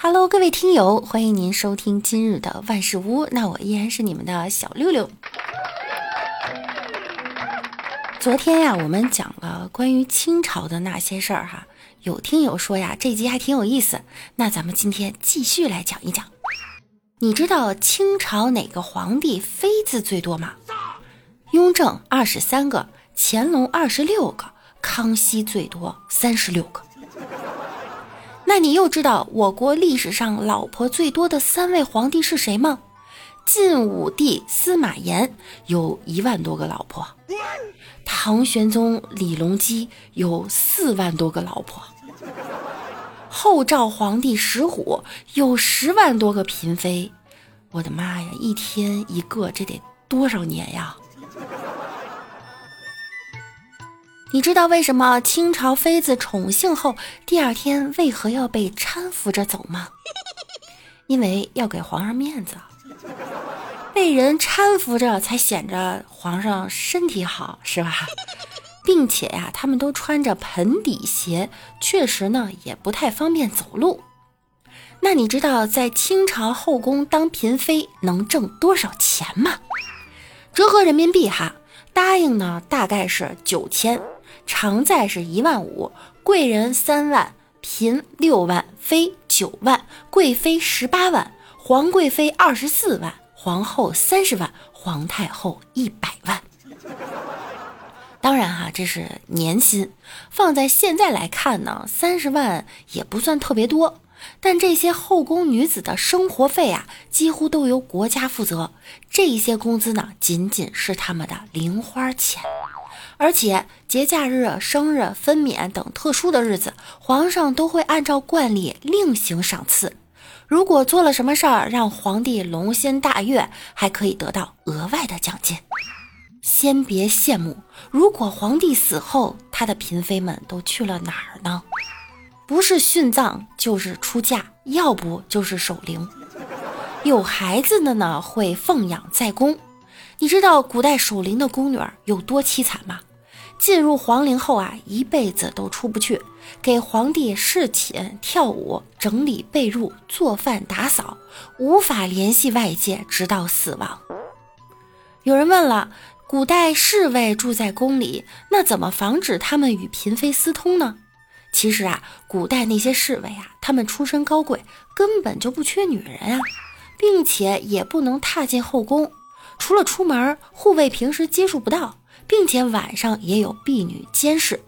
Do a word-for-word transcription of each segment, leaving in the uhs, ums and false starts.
Hello， 各位听友，欢迎您收听今日的万事屋。那我依然是你们的小六六。昨天呀，我们讲了关于清朝的那些事儿哈，有听友说呀，这集还挺有意思。那咱们今天继续来讲一讲。你知道清朝哪个皇帝妃子最多吗？雍正二十三个，乾隆二十六个，康熙最多三十六个。那你又知道我国历史上老婆最多的三位皇帝是谁吗？晋武帝司马炎有一万多个老婆，唐玄宗李隆基有四万多个老婆，后赵皇帝石虎有十万多个嫔妃。我的妈呀，一天一个，这得多少年呀？你知道为什么清朝妃子宠幸后第二天为何要被搀扶着走吗？因为要给皇上面子，被人搀扶着才显着皇上身体好，是吧？并且呀，他们都穿着盆底鞋，确实呢也不太方便走路。那你知道在清朝后宫当嫔妃能挣多少钱吗？折合人民币哈，答应呢大概是九千，常在是一万五，贵人三万，嫔六万，妃九万，贵妃十八万，皇贵妃二十四万，皇后三十万，皇太后一百万。当然哈、啊，这是年薪，放在现在来看呢，三十万也不算特别多。但这些后宫女子的生活费啊，几乎都由国家负责，这些工资呢，仅仅是他们的零花钱。而且节假日、生日、分娩等特殊的日子，皇上都会按照惯例另行赏赐。如果做了什么事儿让皇帝龙心大悦，还可以得到额外的奖金。先别羡慕，如果皇帝死后，他的嫔妃们都去了哪儿呢？不是殉葬就是出嫁，要不就是守灵。有孩子的呢，会奉养在宫。你知道古代守灵的宫女儿有多凄惨吗？进入皇陵后啊，一辈子都出不去，给皇帝侍寝、跳舞、整理被褥、做饭、打扫，无法联系外界，直到死亡。有人问了，古代侍卫住在宫里，那怎么防止他们与嫔妃私通呢？其实啊，古代那些侍卫啊，他们出身高贵，根本就不缺女人啊，并且也不能踏进后宫。除了出门，护卫平时接触不到，并且晚上也有婢女监视。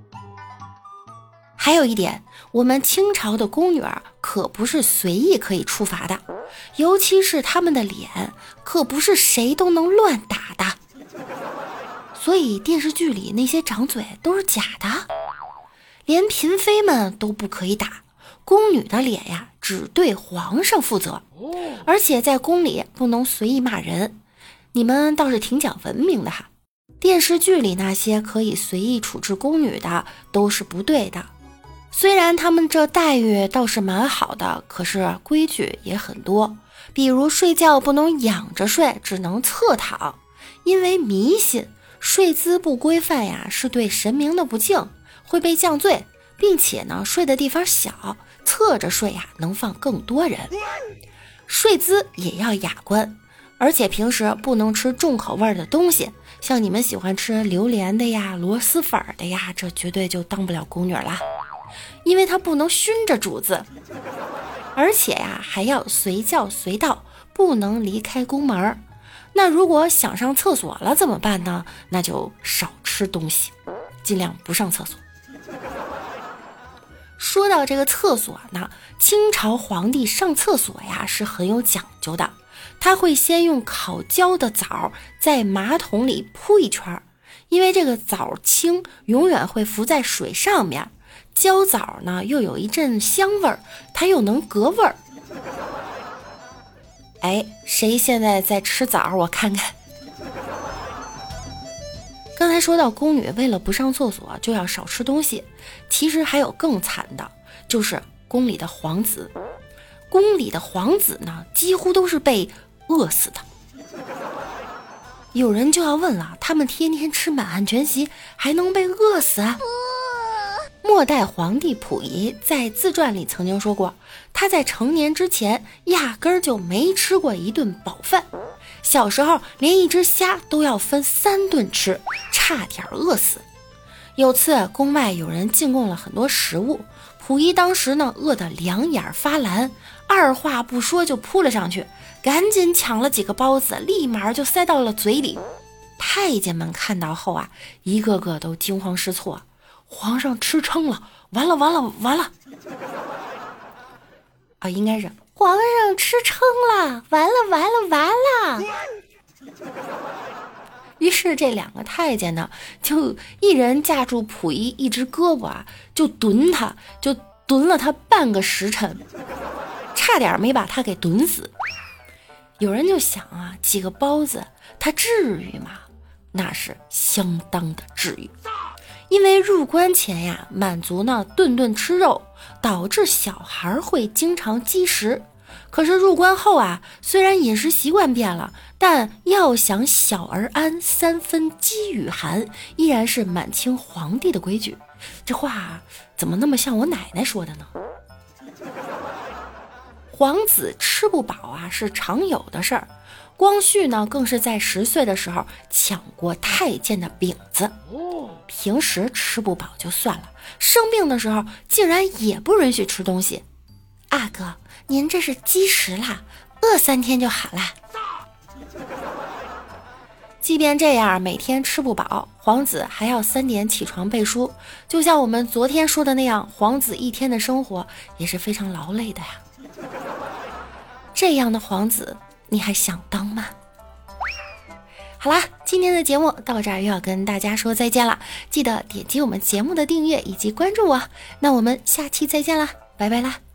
还有一点，我们清朝的宫女儿可不是随意可以处罚的，尤其是她们的脸，可不是谁都能乱打的。所以电视剧里那些掌嘴都是假的，连嫔妃们都不可以打，宫女的脸呀，只对皇上负责，而且在宫里不能随意骂人。你们倒是挺讲文明的哈。电视剧里那些可以随意处置宫女的都是不对的。虽然他们这待遇倒是蛮好的，可是规矩也很多。比如睡觉不能仰着睡，只能侧躺，因为迷信睡姿不规范呀，是对神明的不敬，会被降罪，并且呢，睡的地方小，侧着睡呀，能放更多人。睡姿也要雅观。而且平时不能吃重口味的东西，像你们喜欢吃榴莲的呀、螺蛳粉的呀，这绝对就当不了宫女啦，因为它不能熏着主子。而且呀，还要随叫随到，不能离开宫门。那如果想上厕所了怎么办呢？那就少吃东西，尽量不上厕所。说到这个厕所呢，清朝皇帝上厕所呀是很有讲究的。他会先用烤焦的枣在马桶里铺一圈，因为这个枣轻，永远会浮在水上面。焦枣呢又有一阵香味儿，它又能隔味儿。哎，谁现在在吃枣？我看看。刚才说到宫女为了不上厕所就要少吃东西，其实还有更惨的，就是宫里的皇子。宫里的皇子呢，几乎都是被饿死的。有人就要问了，他们天天吃满汉全席还能被饿死啊？ 末代皇帝溥仪在自传里曾经说过，他在成年之前压根儿就没吃过一顿饱饭，小时候连一只虾都要分三顿吃，差点饿死。有次宫外有人进贡了很多食物，溥仪当时呢饿得两眼发蓝，二话不说就扑了上去，赶紧抢了几个包子，立马就塞到了嘴里。太监们看到后啊，一个个都惊慌失措，皇上吃撑了，完了完了完了啊，应该是皇上吃撑了，完了完了完了。于是这两个太监呢，就一人架住溥仪一只胳膊啊，就蹲他，就蹲了他半个时辰，差点没把他给蹲死。有人就想啊，几个包子他至于吗？那是相当的至于。因为入关前呀，满族呢顿顿吃肉，导致小孩会经常积食。可是入关后啊，虽然饮食习惯变了，但要想小儿安，三分饥与寒，依然是满清皇帝的规矩。这话怎么那么像我奶奶说的呢？皇子吃不饱啊，是常有的事儿。光绪呢，更是在十岁的时候抢过太监的饼子。平时吃不饱就算了，生病的时候竟然也不允许吃东西。阿哥，您这是积食啦，饿三天就好啦。即便这样，每天吃不饱，皇子还要三点起床背书。就像我们昨天说的那样，皇子一天的生活也是非常劳累的呀。这样的皇子，你还想当吗？好啦，今天的节目到这儿又要跟大家说再见了，记得点击我们节目的订阅以及关注我，那我们下期再见啦，拜拜啦。